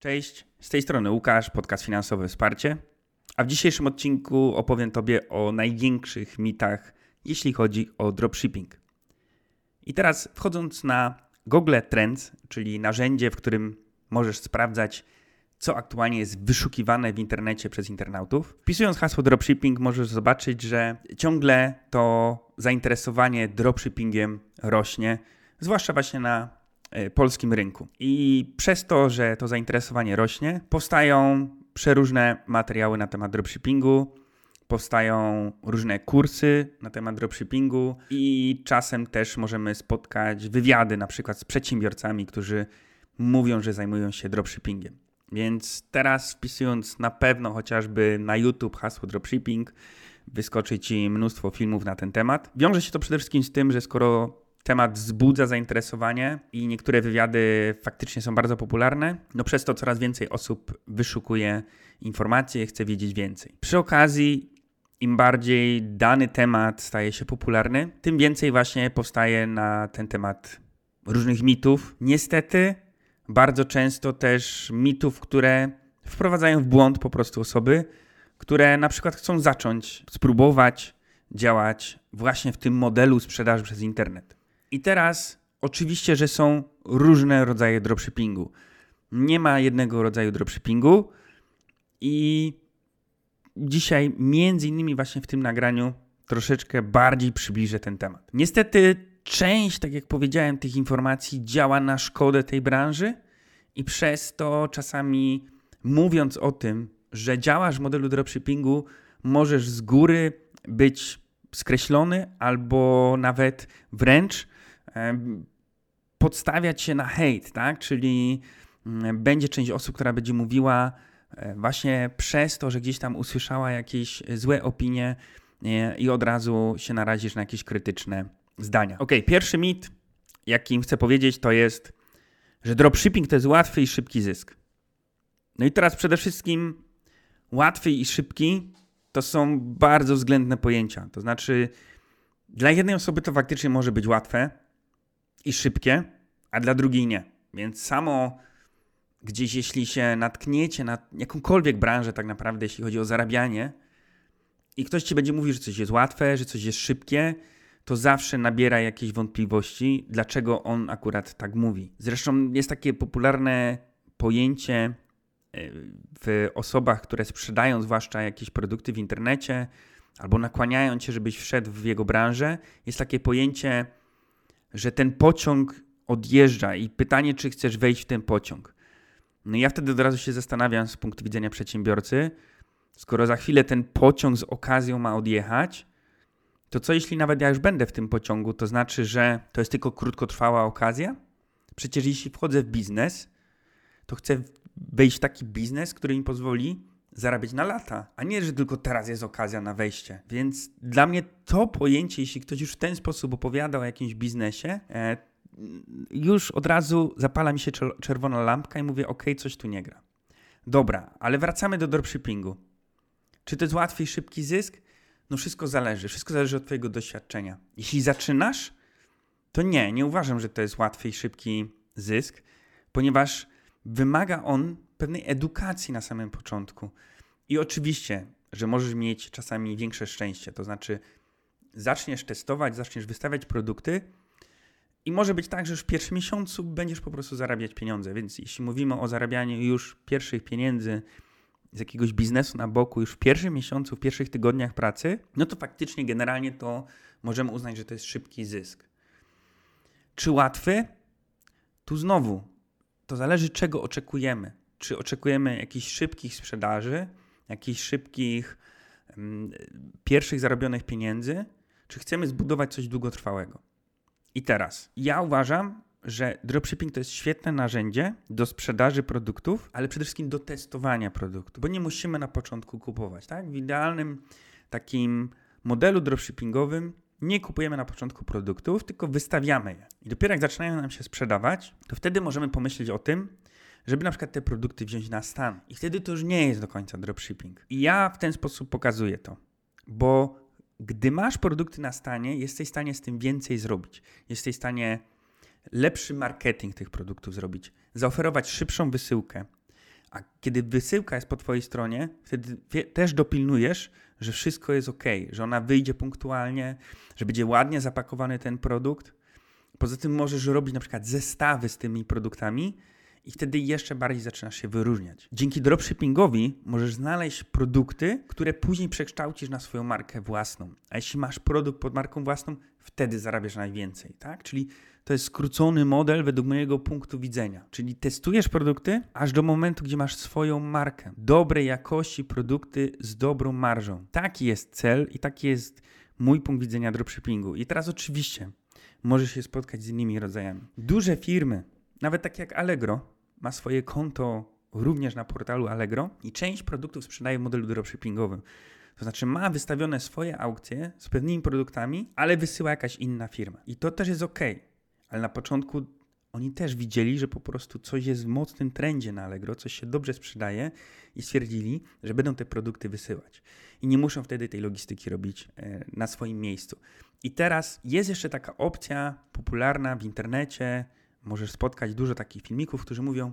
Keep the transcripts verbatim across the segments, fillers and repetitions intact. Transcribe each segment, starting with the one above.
Cześć, z tej strony Łukasz, podcast Finansowe Wsparcie, a w dzisiejszym odcinku opowiem Tobie o największych mitach, jeśli chodzi o dropshipping. I teraz wchodząc na Google Trends, czyli narzędzie, w którym możesz sprawdzać, co aktualnie jest wyszukiwane w internecie przez internautów, wpisując hasło dropshipping możesz zobaczyć, że ciągle to zainteresowanie dropshippingiem rośnie, zwłaszcza właśnie na polskim rynku. I przez to, że to zainteresowanie rośnie, powstają przeróżne materiały na temat dropshippingu, powstają różne kursy na temat dropshippingu i czasem też możemy spotkać wywiady na przykład z przedsiębiorcami, którzy mówią, że zajmują się dropshippingiem. Więc teraz wpisując na pewno chociażby na YouTube hasło dropshipping, wyskoczy Ci mnóstwo filmów na ten temat. Wiąże się to przede wszystkim z tym, że skoro temat wzbudza zainteresowanie i niektóre wywiady faktycznie są bardzo popularne, no przez to coraz więcej osób wyszukuje informacje, chce wiedzieć więcej. Przy okazji, im bardziej dany temat staje się popularny, tym więcej właśnie powstaje na ten temat różnych mitów. Niestety bardzo często też mitów, które wprowadzają w błąd po prostu osoby, które na przykład chcą zacząć, spróbować działać właśnie w tym modelu sprzedaży przez internet. I teraz oczywiście, że są różne rodzaje dropshippingu. Nie ma jednego rodzaju dropshippingu i dzisiaj między innymi właśnie w tym nagraniu troszeczkę bardziej przybliżę ten temat. Niestety część, tak jak powiedziałem, tych informacji działa na szkodę tej branży i przez to czasami mówiąc o tym, że działasz w modelu dropshippingu, możesz z góry być skreślony albo nawet wręcz podstawiać się na hejt, tak? Czyli będzie część osób, która będzie mówiła właśnie przez to, że gdzieś tam usłyszała jakieś złe opinie i od razu się narazisz na jakieś krytyczne zdania. Ok, pierwszy mit, jakim chcę powiedzieć, to jest, że dropshipping to jest łatwy i szybki zysk. No i teraz przede wszystkim łatwy i szybki to są bardzo względne pojęcia. To znaczy dla jednej osoby to faktycznie może być łatwe i szybkie, a dla drugiej nie. Więc samo gdzieś, jeśli się natkniecie na jakąkolwiek branżę tak naprawdę, jeśli chodzi o zarabianie i ktoś ci będzie mówił, że coś jest łatwe, że coś jest szybkie, to zawsze nabiera jakieś wątpliwości, dlaczego on akurat tak mówi. Zresztą jest takie popularne pojęcie w osobach, które sprzedają zwłaszcza jakieś produkty w internecie albo nakłaniają cię, żebyś wszedł w jego branżę. Jest takie pojęcie, że ten pociąg odjeżdża i pytanie, czy chcesz wejść w ten pociąg. No i ja wtedy od razu się zastanawiam z punktu widzenia przedsiębiorcy, skoro za chwilę ten pociąg z okazją ma odjechać, to co jeśli nawet ja już będę w tym pociągu, to znaczy, że to jest tylko krótkotrwała okazja? Przecież jeśli wchodzę w biznes, to chcę wejść w taki biznes, który mi pozwoli zarabiać na lata, a nie, że tylko teraz jest okazja na wejście. Więc dla mnie to pojęcie, jeśli ktoś już w ten sposób opowiada o jakimś biznesie, e, już od razu zapala mi się czerwona lampka i mówię, ok, coś tu nie gra. Dobra, ale wracamy do dropshippingu. Czy to jest łatwy i szybki zysk? No wszystko zależy. Wszystko zależy od twojego doświadczenia. Jeśli zaczynasz, to nie, nie uważam, że to jest łatwy i szybki zysk, ponieważ wymaga on pewnej edukacji na samym początku. I oczywiście, że możesz mieć czasami większe szczęście, to znaczy zaczniesz testować, zaczniesz wystawiać produkty i może być tak, że już w pierwszym miesiącu będziesz po prostu zarabiać pieniądze. Więc jeśli mówimy o zarabianiu już pierwszych pieniędzy z jakiegoś biznesu na boku już w pierwszym miesiącu, w pierwszych tygodniach pracy, no to faktycznie generalnie to możemy uznać, że to jest szybki zysk. Czy łatwy? Tu znowu to zależy, czego oczekujemy. Czy oczekujemy jakichś szybkich sprzedaży, jakichś szybkich um, pierwszych zarobionych pieniędzy, czy chcemy zbudować coś długotrwałego. I teraz, ja uważam, że dropshipping to jest świetne narzędzie do sprzedaży produktów, ale przede wszystkim do testowania produktów, bo nie musimy na początku kupować. Tak? W idealnym takim modelu dropshippingowym nie kupujemy na początku produktów, tylko wystawiamy je. I dopiero jak zaczynają nam się sprzedawać, to wtedy możemy pomyśleć o tym, żeby na przykład te produkty wziąć na stan. I wtedy to już nie jest do końca dropshipping. I ja w ten sposób pokazuję to, bo gdy masz produkty na stanie, jesteś w stanie z tym więcej zrobić. Jesteś w stanie lepszy marketing tych produktów zrobić, zaoferować szybszą wysyłkę, A kiedy wysyłka jest po twojej stronie, wtedy wie, też dopilnujesz, że wszystko jest ok, że ona wyjdzie punktualnie, że będzie ładnie zapakowany ten produkt. Poza tym możesz robić na przykład zestawy z tymi produktami i wtedy jeszcze bardziej zaczynasz się wyróżniać. Dzięki dropshippingowi możesz znaleźć produkty, które później przekształcisz na swoją markę własną. A jeśli masz produkt pod marką własną, wtedy zarabiasz najwięcej, tak? Czyli to jest skrócony model według mojego punktu widzenia. Czyli testujesz produkty aż do momentu, gdzie masz swoją markę. Dobrej jakości produkty z dobrą marżą. Taki jest cel i taki jest mój punkt widzenia dropshippingu. I teraz oczywiście możesz się spotkać z innymi rodzajami. Duże firmy, nawet takie jak Allegro, ma swoje konto również na portalu Allegro i część produktów sprzedaje w modelu dropshippingowym. To znaczy ma wystawione swoje aukcje z pewnymi produktami, ale wysyła jakaś inna firma. I to też jest ok. Ale na początku oni też widzieli, że po prostu coś jest w mocnym trendzie na Allegro, coś się dobrze sprzedaje i stwierdzili, że będą te produkty wysyłać. I nie muszą wtedy tej logistyki robić e, na swoim miejscu. I teraz jest jeszcze taka opcja popularna w internecie, możesz spotkać dużo takich filmików, którzy mówią,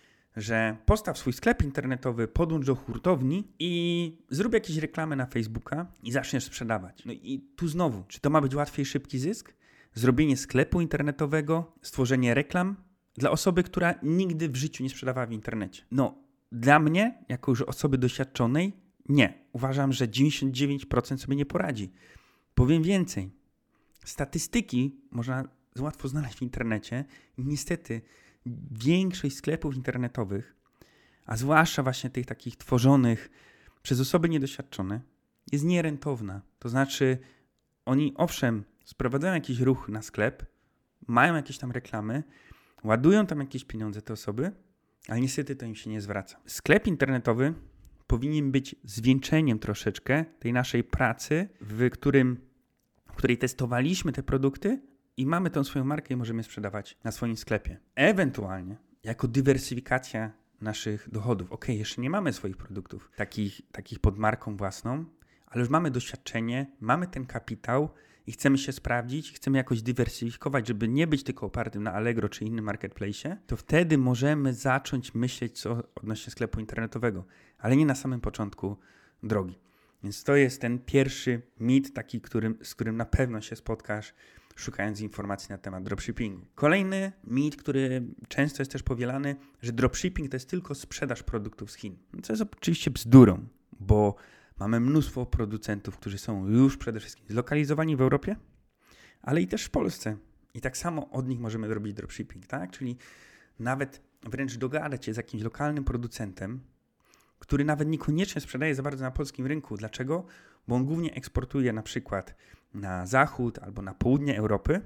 że postaw swój sklep internetowy, podłącz do hurtowni i zrób jakieś reklamy na Facebooka i zaczniesz sprzedawać. No i tu znowu, czy to ma być łatwy i szybki zysk? Zrobienie sklepu internetowego, stworzenie reklam dla osoby, która nigdy w życiu nie sprzedawała w internecie. No, dla mnie, jako już osoby doświadczonej, nie. Uważam, że dziewięćdziesiąt dziewięć procent sobie nie poradzi. Powiem więcej. Statystyki można łatwo znaleźć w internecie i niestety większość sklepów internetowych, a zwłaszcza właśnie tych takich tworzonych przez osoby niedoświadczone, jest nierentowna. To znaczy oni owszem sprowadzają jakiś ruch na sklep, mają jakieś tam reklamy, ładują tam jakieś pieniądze te osoby, ale niestety to im się nie zwraca. Sklep internetowy powinien być zwieńczeniem troszeczkę tej naszej pracy, w którym, w której testowaliśmy te produkty i mamy tą swoją markę i możemy sprzedawać na swoim sklepie. Ewentualnie jako dywersyfikacja naszych dochodów. Ok, jeszcze nie mamy swoich produktów takich, takich pod marką własną, ale już mamy doświadczenie, mamy ten kapitał i chcemy się sprawdzić, chcemy jakoś dywersyfikować, żeby nie być tylko opartym na Allegro czy innym marketplace'ie, to wtedy możemy zacząć myśleć co odnośnie sklepu internetowego, ale nie na samym początku drogi. Więc to jest ten pierwszy mit, taki, którym, z którym na pewno się spotkasz, szukając informacji na temat dropshippingu. Kolejny mit, który często jest też powielany, że dropshipping to jest tylko sprzedaż produktów z Chin. Co jest oczywiście bzdurą, bo mamy mnóstwo producentów, którzy są już przede wszystkim zlokalizowani w Europie, ale i też w Polsce. I tak samo od nich możemy robić dropshipping, tak? Czyli nawet wręcz dogadać się z jakimś lokalnym producentem, który nawet niekoniecznie sprzedaje za bardzo na polskim rynku. Dlaczego? Bo on głównie eksportuje na przykład na zachód albo na południe Europy,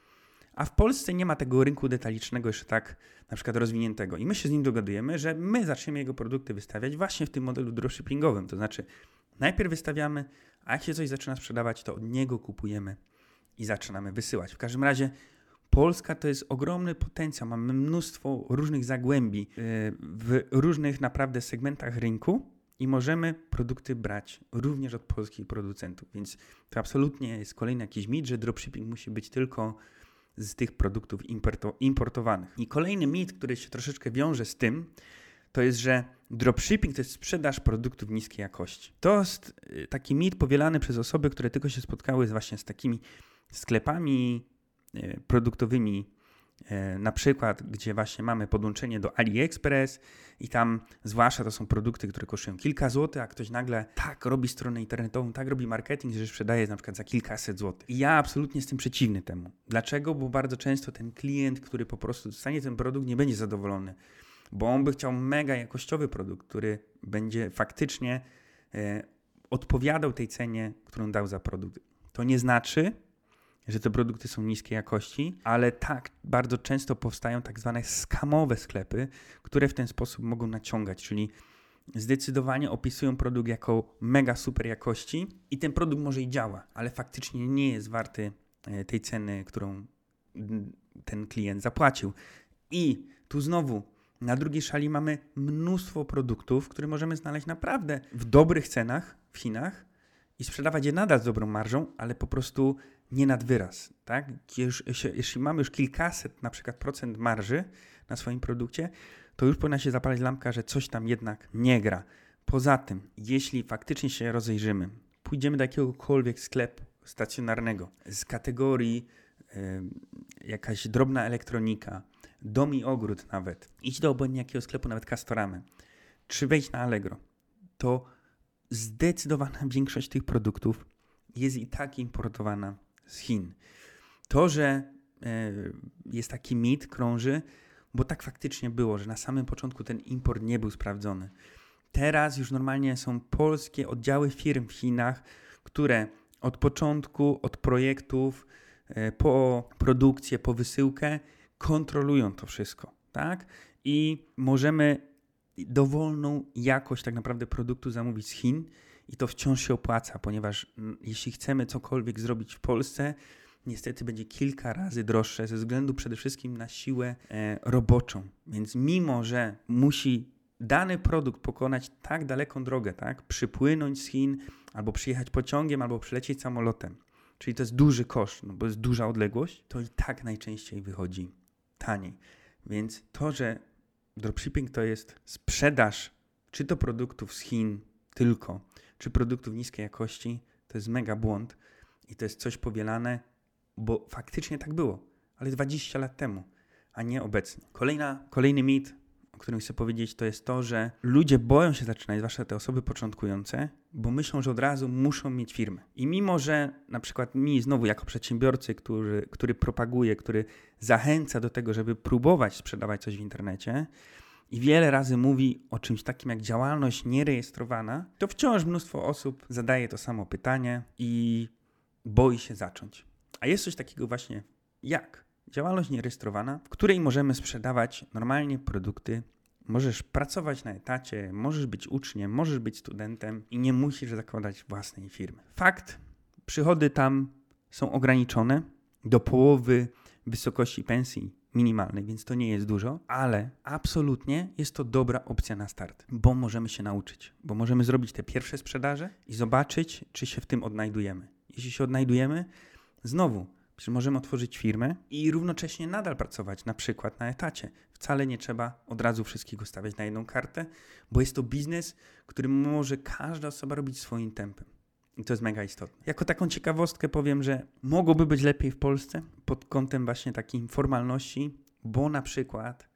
a w Polsce nie ma tego rynku detalicznego jeszcze tak na przykład rozwiniętego. I my się z nim dogadujemy, że my zaczniemy jego produkty wystawiać właśnie w tym modelu dropshippingowym. To znaczy najpierw wystawiamy, a jak się coś zaczyna sprzedawać, to od niego kupujemy i zaczynamy wysyłać. W każdym razie Polska to jest ogromny potencjał. Mamy mnóstwo różnych zagłębi w różnych naprawdę segmentach rynku i możemy produkty brać również od polskich producentów. Więc to absolutnie jest kolejny jakiś mit, że dropshipping musi być tylko z tych produktów importowanych. I kolejny mit, który się troszeczkę wiąże z tym, to jest, że dropshipping to jest sprzedaż produktów niskiej jakości. To jest taki mit powielany przez osoby, które tylko się spotkały właśnie z takimi sklepami produktowymi, na przykład, gdzie właśnie mamy podłączenie do AliExpress i tam zwłaszcza to są produkty, które kosztują kilka złotych, a ktoś nagle tak robi stronę internetową, tak robi marketing, że sprzedaje na przykład za kilkaset złotych. I ja absolutnie jestem przeciwny temu. Dlaczego? Bo bardzo często ten klient, który po prostu dostanie ten produkt, nie będzie zadowolony, bo on by chciał mega jakościowy produkt, który będzie faktycznie e, odpowiadał tej cenie, którą dał za produkt. To nie znaczy, że te produkty są niskiej jakości, ale tak bardzo często powstają tak zwane skamowe sklepy, które w ten sposób mogą naciągać, czyli zdecydowanie opisują produkt jako mega super jakości i ten produkt może i działa, ale faktycznie nie jest warty tej ceny, którą ten klient zapłacił. I tu znowu na drugiej szali mamy mnóstwo produktów, które możemy znaleźć naprawdę w dobrych cenach w Chinach i sprzedawać je nadal z dobrą marżą, ale po prostu nie nad wyraz, tak? Jeśli mamy już kilkaset na przykład procent marży na swoim produkcie, to już powinna się zapalać lampka, że coś tam jednak nie gra. Poza tym, jeśli faktycznie się rozejrzymy, pójdziemy do jakiegokolwiek sklepu stacjonarnego z kategorii y, jakaś drobna elektronika, dom i ogród nawet, idź do obojętnie jakiego sklepu, nawet Castoramy, czy wejdź na Allegro, to zdecydowana większość tych produktów jest i tak importowana z Chin. To, że jest taki mit, krąży, bo tak faktycznie było, że na samym początku ten import nie był sprawdzony. Teraz już normalnie są polskie oddziały firm w Chinach, które od początku, od projektów, po produkcję, po wysyłkę kontrolują to wszystko, tak? I możemy dowolną jakość tak naprawdę produktu zamówić z Chin i to wciąż się opłaca, ponieważ jeśli chcemy cokolwiek zrobić w Polsce, niestety będzie kilka razy droższe ze względu przede wszystkim na siłę e, roboczą. Więc mimo, że musi dany produkt pokonać tak daleką drogę, tak, przypłynąć z Chin, albo przyjechać pociągiem, albo przylecieć samolotem, czyli to jest duży koszt, no bo jest duża odległość, to i tak najczęściej wychodzi taniej. Więc to, że dropshipping to jest sprzedaż czy to produktów z Chin tylko, czy produktów niskiej jakości, to jest mega błąd i to jest coś powielane, bo faktycznie tak było, ale dwadzieścia lat temu, a nie obecnie. Kolejna, kolejny mit, o którym chcę powiedzieć, to jest to, że ludzie boją się zaczynać, zwłaszcza te osoby początkujące, bo myślą, że od razu muszą mieć firmę. I mimo, że na przykład mi znowu jako przedsiębiorcy, który, który propaguje, który zachęca do tego, żeby próbować sprzedawać coś w internecie i wiele razy mówi o czymś takim jak działalność nierejestrowana, to wciąż mnóstwo osób zadaje to samo pytanie i boi się zacząć. A jest coś takiego właśnie jak działalność nierejestrowana, w której możemy sprzedawać normalnie produkty. Możesz pracować na etacie, możesz być uczniem, możesz być studentem i nie musisz zakładać własnej firmy. Fakt, przychody tam są ograniczone do połowy wysokości pensji minimalnej, więc to nie jest dużo, ale absolutnie jest to dobra opcja na start, bo możemy się nauczyć, bo możemy zrobić te pierwsze sprzedaże i zobaczyć, czy się w tym odnajdujemy. Jeśli się odnajdujemy, znowu, że możemy otworzyć firmę i równocześnie nadal pracować na przykład na etacie. Wcale nie trzeba od razu wszystkiego stawiać na jedną kartę, bo jest to biznes, który może każda osoba robić swoim tempem. I to jest mega istotne. Jako taką ciekawostkę powiem, że mogłoby być lepiej w Polsce pod kątem właśnie takiej formalności, bo na przykład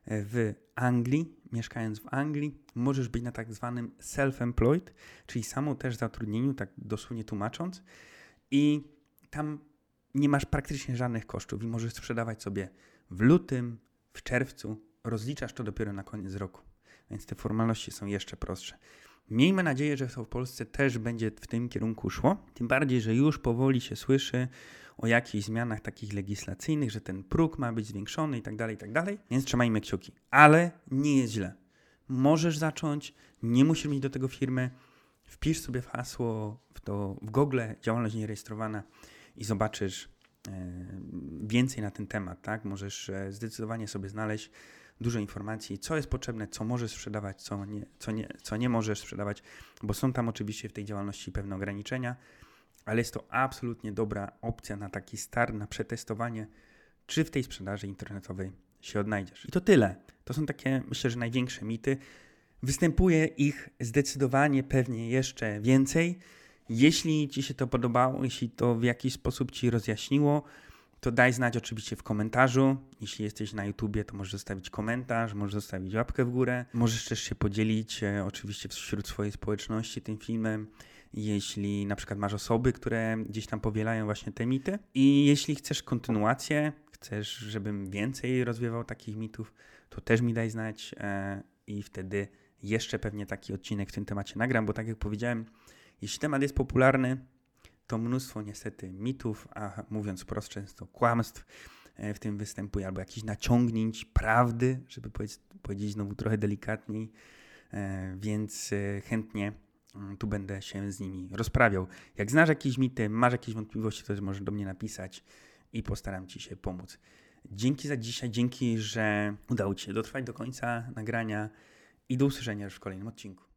w Anglii, mieszkając w Anglii, możesz być na tak zwanym self-employed, czyli samo też zatrudnieniu, tak dosłownie tłumacząc, i tam nie masz praktycznie żadnych kosztów i możesz sprzedawać sobie w lutym, w czerwcu, rozliczasz to dopiero na koniec roku, więc te formalności są jeszcze prostsze. Miejmy nadzieję, że to w Polsce też będzie w tym kierunku szło, tym bardziej, że już powoli się słyszy o jakichś zmianach takich legislacyjnych, że ten próg ma być zwiększony i tak dalej, i tak dalej, więc trzymajmy kciuki. Ale nie jest źle. Możesz zacząć, nie musisz mieć do tego firmy, wpisz sobie w hasło w to w Google działalność nierejestrowana i zobaczysz e, więcej na ten temat, tak? Możesz e, zdecydowanie sobie znaleźć dużo informacji, co jest potrzebne, co możesz sprzedawać, co nie, co nie, co nie możesz sprzedawać, bo są tam oczywiście w tej działalności pewne ograniczenia, ale jest to absolutnie dobra opcja na taki start, na przetestowanie, czy w tej sprzedaży internetowej się odnajdziesz. I to tyle. To są takie, myślę, że największe mity. Występuje ich zdecydowanie pewnie jeszcze więcej. Jeśli Ci się to podobało, jeśli to w jakiś sposób Ci rozjaśniło, to daj znać oczywiście w komentarzu. Jeśli jesteś na YouTubie, to możesz zostawić komentarz, możesz zostawić łapkę w górę. Możesz też się podzielić e, oczywiście wśród swojej społeczności tym filmem, jeśli na przykład masz osoby, które gdzieś tam powielają właśnie te mity. I jeśli chcesz kontynuację, chcesz, żebym więcej rozwiewał takich mitów, to też mi daj znać e, i wtedy jeszcze pewnie taki odcinek w tym temacie nagram, bo tak jak powiedziałem, jeśli temat jest popularny, to mnóstwo niestety mitów, a mówiąc wprost często kłamstw w tym występuje, albo jakichś naciągnięć prawdy, żeby powiedzieć, powiedzieć znowu trochę delikatniej, więc chętnie tu będę się z nimi rozprawiał. Jak znasz jakieś mity, masz jakieś wątpliwości, to też możesz do mnie napisać i postaram Ci się pomóc. Dzięki za dzisiaj, dzięki, że udało Ci się dotrwać do końca nagrania i do usłyszenia już w kolejnym odcinku.